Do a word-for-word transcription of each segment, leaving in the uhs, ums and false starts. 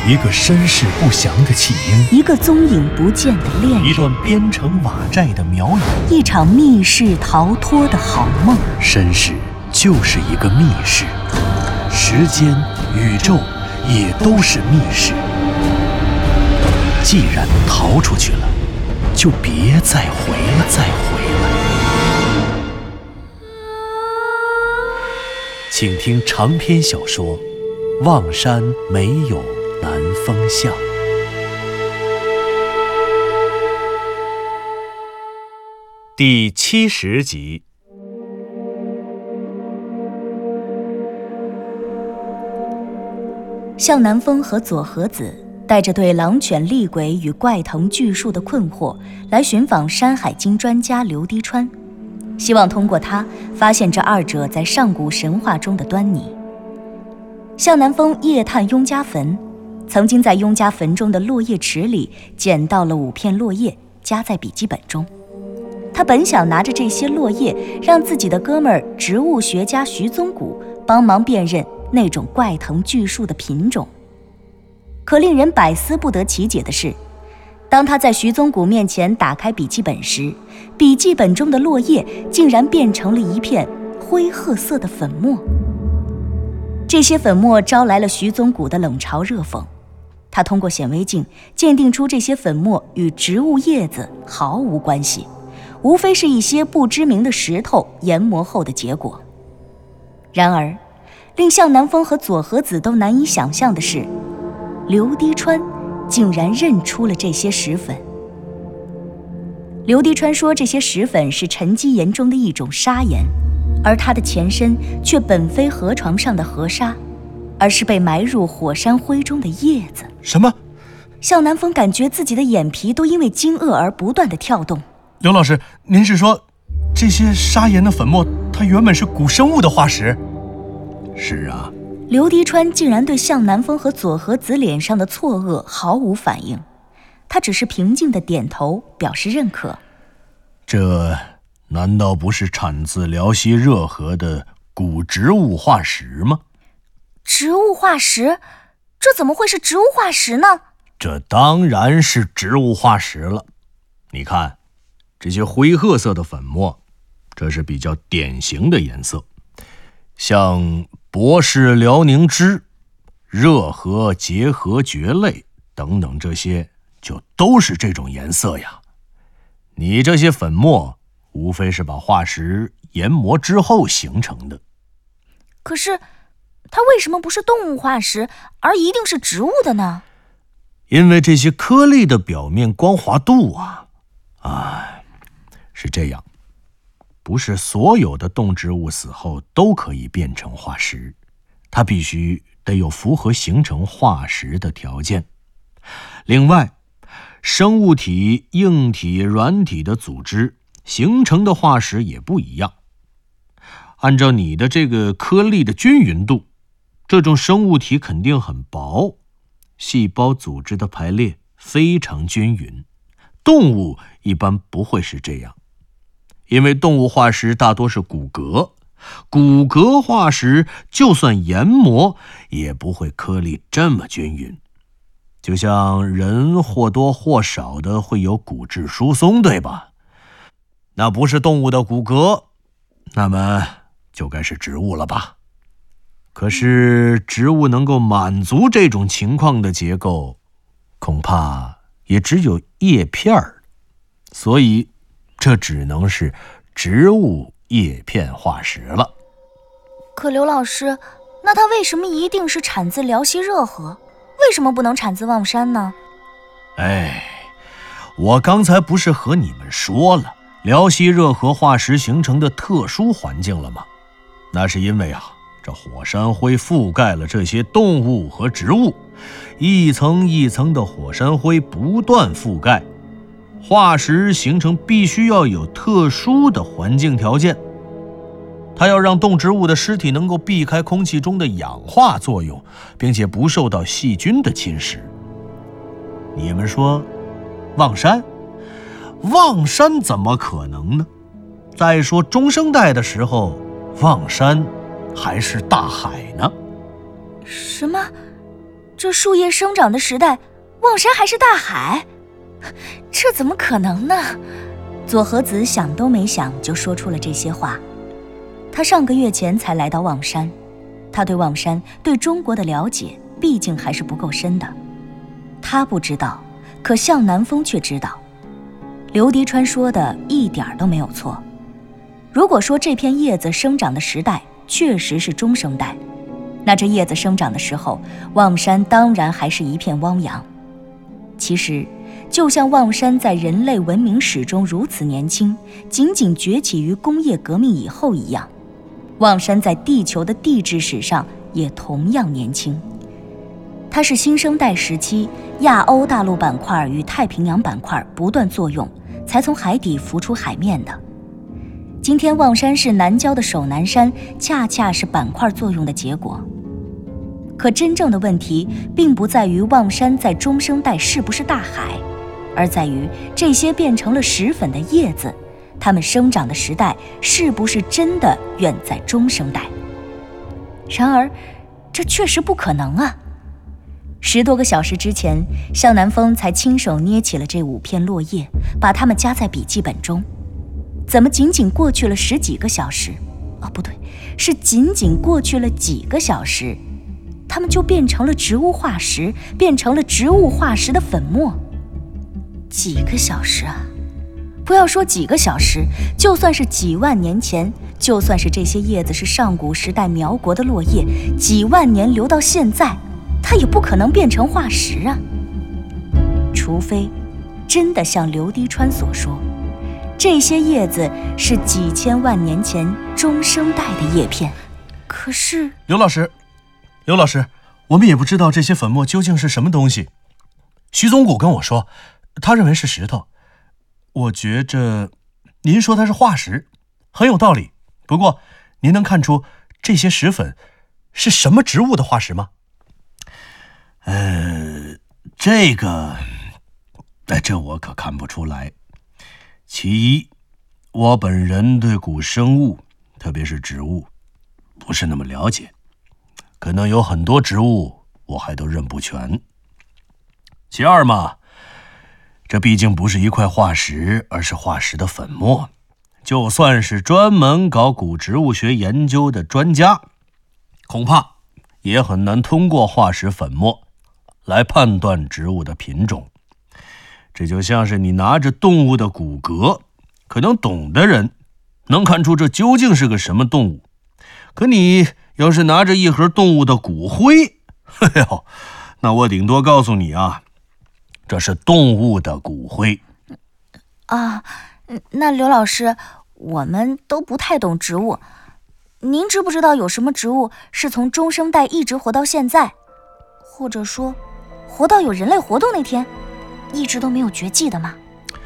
一个身世不详的弃婴， 一个踪影不见的恋人， 一段编成瓦寨的苗语， 一场密室逃脱的好梦。 身世就是一个密室，时间、宇宙也都是密室。既然逃出去了，就别再回来，再回来。请听长篇小说《望山没有南风向》第七十集。 向南风和佐和子带着对狼犬厉鬼与怪藤巨树的困惑来寻访《山海经》专家刘滴川，希望通过他发现这二者在上古神话中的端倪。向南风夜探雍家坟，曾经在雍家坟中的落叶池里捡到了五片落叶，夹在笔记本中。他本想拿着这些落叶让自己的哥们儿植物学家徐宗古帮忙辨认那种怪藤巨树的品种。可令人百思不得其解的是，当他在徐宗古面前打开笔记本时，笔记本中的落叶竟然变成了一片灰褐色的粉末。这些粉末招来了徐宗古的冷嘲热讽，他通过显微镜鉴定出这些粉末与植物叶子毫无关系，无非是一些不知名的石头研磨后的结果。然而令向南风和佐和子都难以想象的是，刘滴川竟然认出了这些石粉。刘滴川说这些石粉是沉积岩中的一种砂岩，而它的前身却本非河床上的河沙，而是被埋入火山灰中的叶子。 什么？ 向南风感觉自己的眼皮都因为惊愕而不断地跳动。 刘老师，您是说这些砂岩的粉末它原本是古生物的化石？ 是啊。 刘滴川竟然对向南风和佐和子脸上的错愕毫无反应，他只是平静地点头表示认可。 这难道不是产自辽西热河的古植物化石吗？ 植物化石？这怎么会是植物化石呢？ 这当然是植物化石了。你看这些灰褐色的粉末，这是比较典型的颜色，像博士辽宁脂、热河结合蕨类等等，这些就都是这种颜色呀。你这些粉末无非是把化石研磨之后形成的。 可是它为什么不是动物化石，而一定是植物的呢？ 因为这些颗粒的表面光滑度啊，啊，是这样。不是所有的动植物死后都可以变成化石，它必须得有符合形成化石的条件。另外，生物体、硬体、软体的组织形成的化石也不一样。按照你的这个颗粒的均匀度，这种生物体肯定很薄，细胞组织的排列非常均匀。动物一般不会是这样。因为动物化石大多是骨骼，骨骼化石就算研磨也不会颗粒这么均匀。就像人或多或少的会有骨质疏松，对吧？那不是动物的骨骼，那么就该是植物了吧？可是植物能够满足这种情况的结构，恐怕也只有叶片儿，所以这只能是植物叶片化石了。 可刘老师，那它为什么一定是产自辽西热河？为什么不能产自望山呢？ 哎，我刚才不是和你们说了，辽西热河化石形成的特殊环境了吗？那是因为啊，这火山灰覆盖了这些动物和植物，一层一层的火山灰不断覆盖，化石形成必须要有特殊的环境条件，它要让动植物的尸体能够避开空气中的氧化作用，并且不受到细菌的侵蚀。你们说望山？望山怎么可能呢？再说中生代的时候，望山还是大海呢。 什么？ 这树叶生长的时代，望山还是大海？这怎么可能呢？佐和子想都没想就说出了这些话。他上个月前才来到望山，他对望山、对中国的了解毕竟还是不够深的。他不知道，可向南风却知道。刘迪川说的一点都没有错。如果说这片叶子生长的时代确实是中生代，那这叶子生长的时候，望山当然还是一片汪洋。其实就像望山在人类文明史中如此年轻，仅仅崛起于工业革命以后一样，望山在地球的地质史上也同样年轻。它是新生代时期亚欧大陆板块与太平洋板块不断作用，才从海底浮出海面的。今天望山市南郊的首南山，恰恰是板块作用的结果。可真正的问题并不在于望山在中生代是不是大海，而在于这些变成了石粉的叶子，它们生长的时代是不是真的远在中生代。然而这确实不可能啊。十多个小时之前，向南风才亲手捏起了这五片落叶，把它们夹在笔记本中。怎么仅仅过去了十几个小时，哦不对，是仅仅过去了几个小时，它们就变成了植物化石，变成了植物化石的粉末。几个小时啊！不要说几个小时，就算是几万年前，就算是这些叶子是上古时代苗国的落叶，几万年流到现在，它也不可能变成化石啊。除非真的像刘迪川所说，这些叶子是几千万年前中生代的叶片。可是刘老师刘老师，我们也不知道这些粉末究竟是什么东西。徐总谷跟我说，他认为是石头。我觉着您说它是化石很有道理，不过您能看出这些石粉是什么植物的化石吗？ 呃，这个哎，这我可看不出来。其一，我本人对古生物，特别是植物，不是那么了解，可能有很多植物我还都认不全。其二嘛，这毕竟不是一块化石，而是化石的粉末。就算是专门搞古植物学研究的专家，恐怕也很难通过化石粉末来判断植物的品种。这就像是你拿着动物的骨骼，可能懂的人能看出这究竟是个什么动物，可你要是拿着一盒动物的骨灰，哎呦，那我顶多告诉你啊，这是动物的骨灰啊。那刘老师，我们都不太懂植物，您知不知道有什么植物是从中生代一直活到现在，或者说活到有人类活动那天，一直都没有绝迹的吗？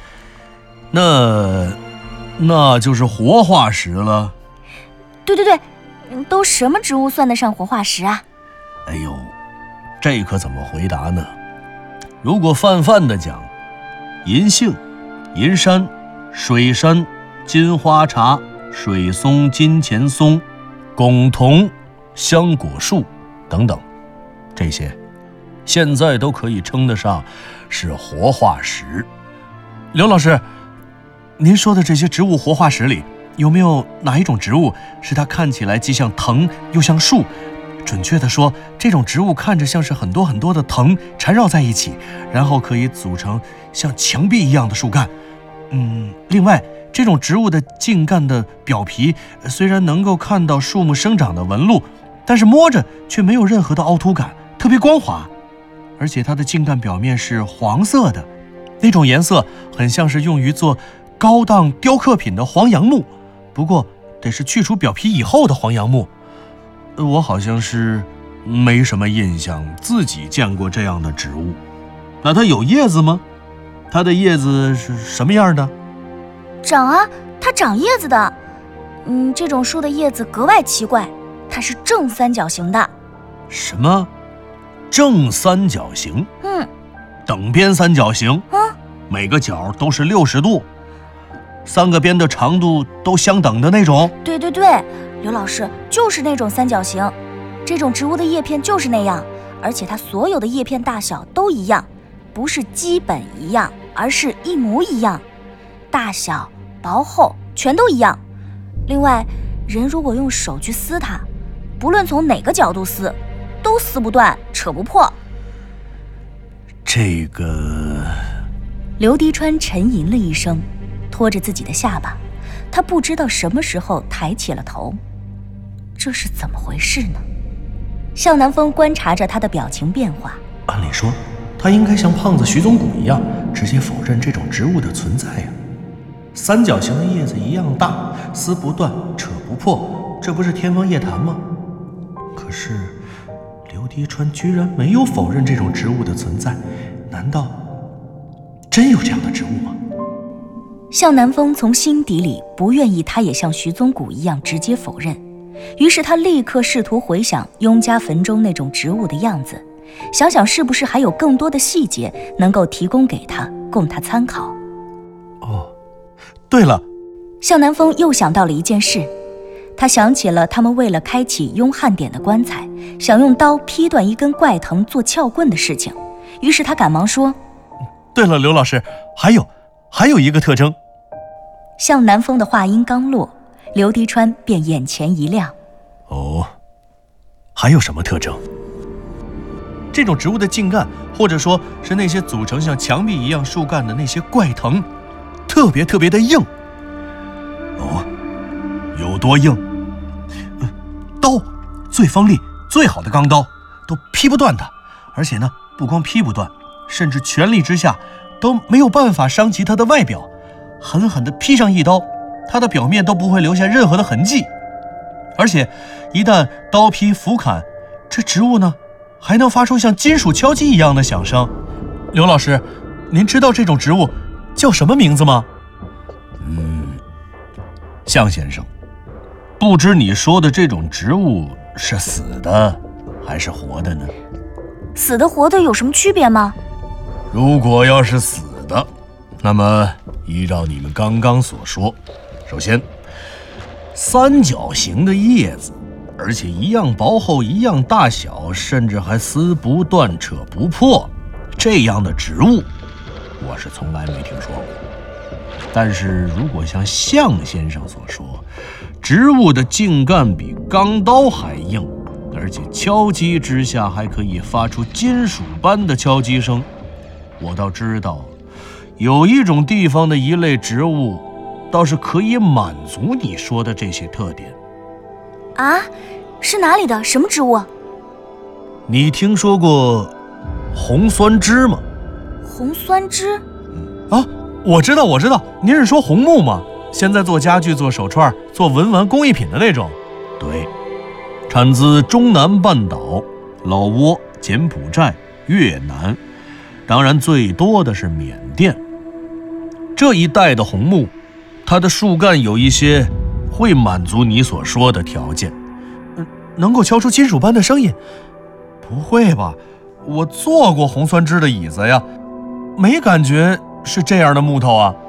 那那就是活化石了。 对对对，都什么植物算得上活化石啊？ 哎呦，这可怎么回答呢？如果泛泛的讲，银杏、银杉、水杉、金花茶、水松、金钱松、拱桐、香果树等等，这些现在都可以称得上是活化石。 刘老师，您说的这些植物活化石里，有没有哪一种植物是它看起来既像藤又像树？准确地说，这种植物看着像是很多很多的藤缠绕在一起，然后可以组成像墙壁一样的树干。嗯，另外，这种植物的茎干的表皮虽然能够看到树木生长的纹路，但是摸着却没有任何的凹凸感，特别光滑。而且它的茎干表面是黄色的，那种颜色很像是用于做高档雕刻品的黄杨木，不过得是去除表皮以后的黄杨木。我好像是没什么印象自己见过这样的植物。那它有叶子吗？它的叶子是什么样的？ 长啊，它长叶子的。嗯，这种树的叶子格外奇怪，它是正三角形的。 什么？正三角形？ 嗯。 等边三角形？ 嗯。 每个角都是六十度，三个边的长度都相等的那种？ 对对对，刘老师，就是那种三角形。这种植物的叶片就是那样， 而且它所有的叶片大小都一样，不是基本一样，而是一模一样，大小、薄厚全都一样。另外，人如果用手去撕它，不论从哪个角度撕，都撕不断，扯不破。 这个…… 刘迪川沉吟了一声，拖着自己的下巴，他不知道什么时候抬起了头。这是怎么回事呢？向南风观察着他的表情变化。 按理说，他应该像胖子徐宗谷一样，直接否认这种植物的存在呀。三角形的叶子一样大，撕不断，扯不破，这不是天方夜谭吗？可是刘迪川居然没有否认这种植物的存在，难道真有这样的植物吗？ 向南风从心底里不愿意他也像徐宗谷一样直接否认，于是他立刻试图回想雍家坟中那种植物的样子，想想是不是还有更多的细节能够提供给他，供他参考。 哦，对了， 向南风又想到了一件事，他想起了他们为了开启雍汉典的棺材，想用刀劈断一根怪藤做撬棍的事情，于是他赶忙说： 对了，刘老师，还有还有一个特征。 向南风的话音刚落，刘迪川便眼前一亮。 哦，还有什么特征？ 这种植物的茎干，或者说是那些组成像墙壁一样树干的那些怪藤，特别特别的硬。 哦，有多硬？ 嗯，刀最锋利、最好的钢刀都劈不断它，而且呢，不光劈不断，甚至全力之下都没有办法伤及它的外表。狠狠地劈上一刀，它的表面都不会留下任何的痕迹。而且一旦刀劈斧砍，这植物呢还能发出像金属敲击一样的响声。刘老师，您知道这种植物叫什么名字吗？ 嗯，向先生，不知你说的这种植物是死的还是活的呢？ 死的活的有什么区别吗？ 如果要是死的，那么依照你们刚刚所说，首先三角形的叶子，而且一样薄厚一样大小，甚至还撕不断扯不破，这样的植物我是从来没听说过。但是如果像向先生所说，植物的茎干比钢刀还硬，而且敲击之下还可以发出金属般的敲击声，我倒知道有一种地方的一类植物倒是可以满足你说的这些特点。 啊，是哪里的？什么植物？ 你听说过红酸枝吗？ 红酸枝？ 啊，我知道我知道，您是说红木吗？现在做家具、做手串、做文玩工艺品的那种。 对，产自中南半岛、老挝、柬埔寨、越南，当然最多的是缅甸。这一带的红木，它的树干有一些会满足你所说的条件， 嗯，能够敲出金属般的声音。不会吧，我坐过红酸枝的椅子呀，没感觉是这样的木头啊。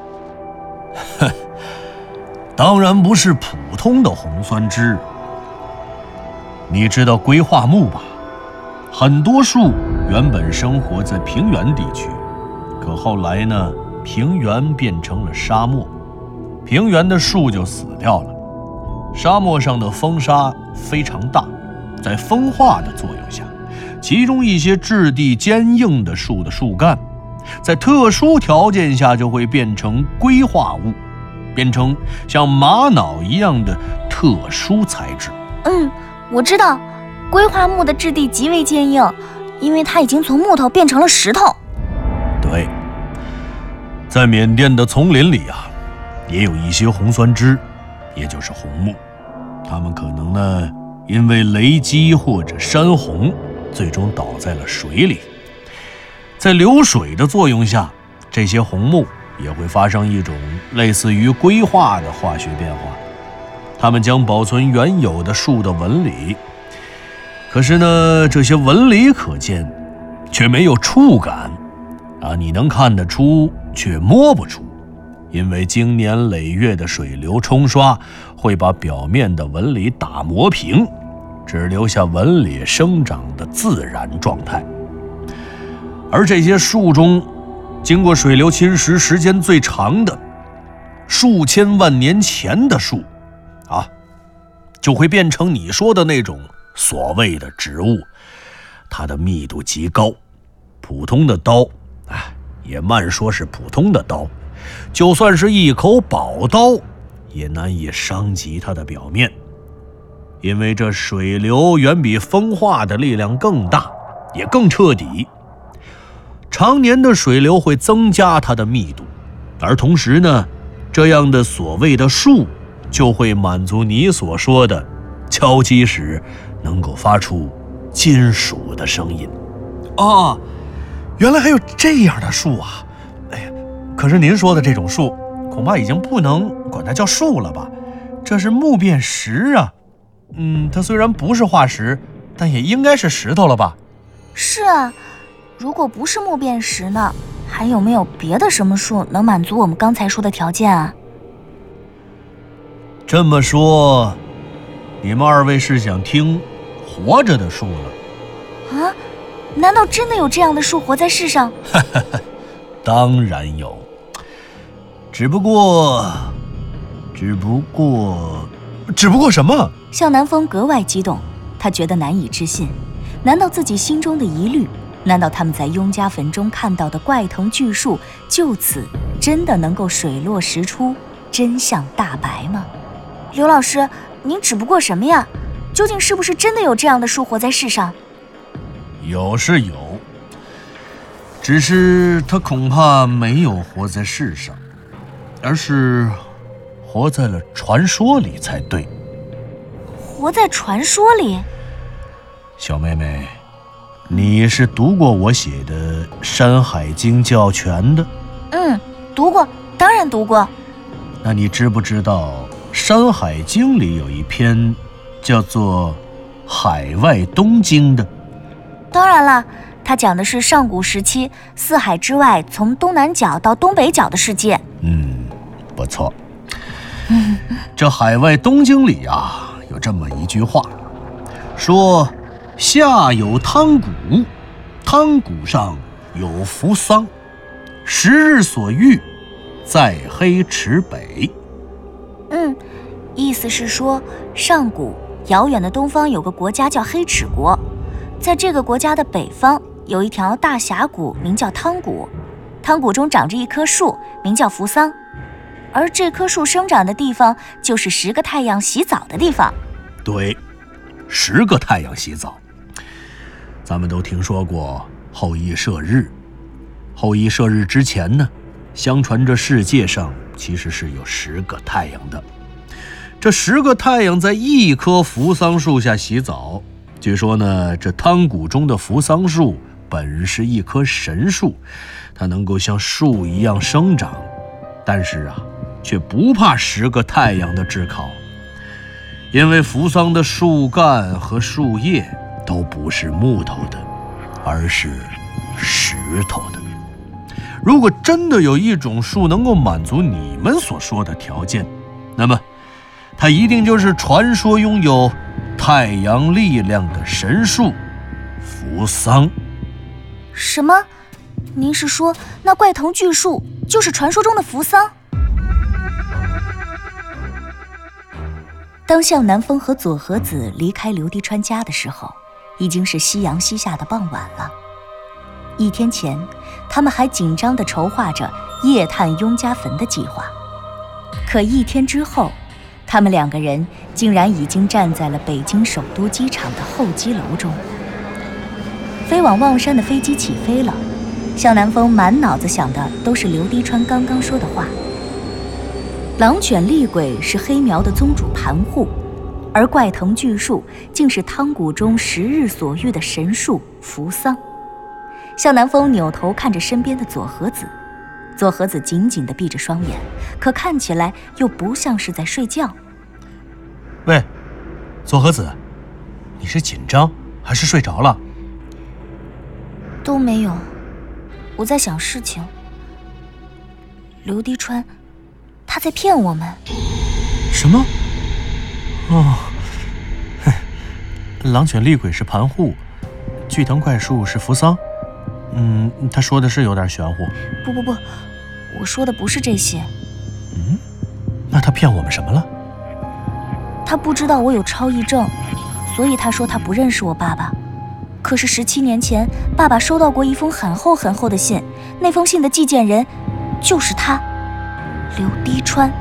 当然不是普通的红酸枝。你知道硅化木吧？很多树原本生活在平原地区，可后来呢，平原变成了沙漠，平原的树就死掉了。沙漠上的风沙非常大，在风化的作用下，其中一些质地坚硬的树的树干，在特殊条件下就会变成硅化物，变成像玛瑙一样的特殊材质。 嗯，我知道，硅化木的质地极为坚硬，因为它已经从木头变成了石头。 对，在缅甸的丛林里啊，也有一些红酸枝，也就是红木，它们可能呢因为雷击或者山洪，最终倒在了水里。在流水的作用下，这些红木也会发生一种类似于硅化的化学变化，它们将保存原有的树的纹理。可是呢，这些纹理可见，却没有触感啊，你能看得出，却摸不出，因为经年累月的水流冲刷会把表面的纹理打磨平， 只留下纹理生长的自然状态。而这些树中，经过水流侵蚀时间最长的数千万年前的树啊，就会变成你说的那种所谓的植物。它的密度极高，普通的刀，哎，也慢说是普通的刀，就算是一口宝刀，也难以伤及它的表面，因为这水流远比风化的力量更大，也更彻底。常年的水流会增加它的密度，而同时呢，这样的所谓的树就会满足你所说的敲击时能够发出金属的声音。 哦，原来还有这样的树啊！哎呀，可是您说的这种树，恐怕已经不能管它叫树了吧？这是木变石啊！嗯，它虽然不是化石，但也应该是石头了吧？ 是啊，如果不是木变石呢，还有没有别的什么树能满足我们刚才说的条件啊？ 这么说，你们二位是想听活着的树了？ 啊？难道真的有这样的树活在世上？ 当然有，只不过，只不过， 只不过什么？ 向南风格外激动，他觉得难以置信。难道自己心中的疑虑，难道他们在雍家坟中看到的怪藤巨树，就此真的能够水落石出，真相大白吗？刘老师，您只不过什么呀？究竟是不是真的有这样的树活在世上？ 有是有，只是它恐怕没有活在世上，而是活在了传说里才对。 活在传说里？ 小妹妹，你是读过我写的《山海经教全》的？ 嗯，读过，当然读过。 那你知不知道《山海经》里有一篇叫做《海外东经》的？ 当然了，它讲的是上古时期四海之外，从东南角到东北角的世界。 嗯，不错。这《海外东经》里啊，有这么一句话，说夏有汤谷，汤谷上有扶桑，时日所遇，在黑池北。 嗯，意思是说，上古遥远的东方有个国家叫黑齿国，在这个国家的北方有一条大峡谷，名叫汤谷，汤谷中长着一棵树，名叫扶桑，而这棵树生长的地方就是十个太阳洗澡的地方。 对，十个太阳洗澡。咱们都听说过后羿射日，后羿射日之前呢，相传这世界上其实是有十个太阳的。这十个太阳在一棵扶桑树下洗澡。据说呢，这汤谷中的扶桑树本是一棵神树，它能够像树一样生长，但是啊，却不怕十个太阳的炙烤，因为扶桑的树干和树叶都不是木头的，而是石头的。如果真的有一种树能够满足你们所说的条件，那么它一定就是传说拥有太阳力量的神树扶桑。 什么？您是说那怪藤巨树就是传说中的扶桑？当向南风和佐和子离开刘滴川家的时候，已经是夕阳西下的傍晚了。一天前，他们还紧张地筹划着夜探雍家坟的计划，可一天之后，他们两个人竟然已经站在了北京首都机场的候机楼中。飞往望山的飞机起飞了，向南风满脑子想的都是刘滴川刚刚说的话。狼犬厉鬼是黑苗的宗主盘户，而怪藤巨树竟是汤谷中时日所遇的神树扶桑。向南风扭头看着身边的佐和子，佐和子紧紧地闭着双眼，可看起来又不像是在睡觉。 喂，佐和子，你是紧张还是睡着了？ 都没有，我在想事情。刘滴川，他在骗我们。 什么？哦， 狼犬厉鬼是盘户，巨藤怪树是扶桑。嗯，他说的是有点玄乎。 不不不，我说的不是这些。 嗯，那他骗我们什么了？ 他不知道我有超忆症，所以他说他不认识我爸爸。可是十七年前，爸爸收到过一封很厚很厚的信，那封信的寄件人就是他，刘滴川。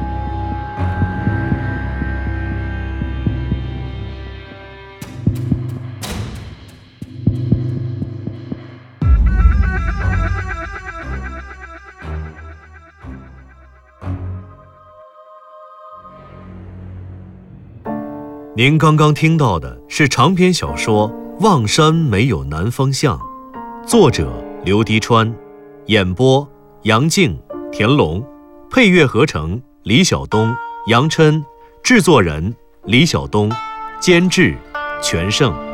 您刚刚听到的是长篇小说《望山没有南方向》，作者刘滴川，演播杨静、田龙，配乐合成李晓东、杨琛，制作人李晓东，监制全胜。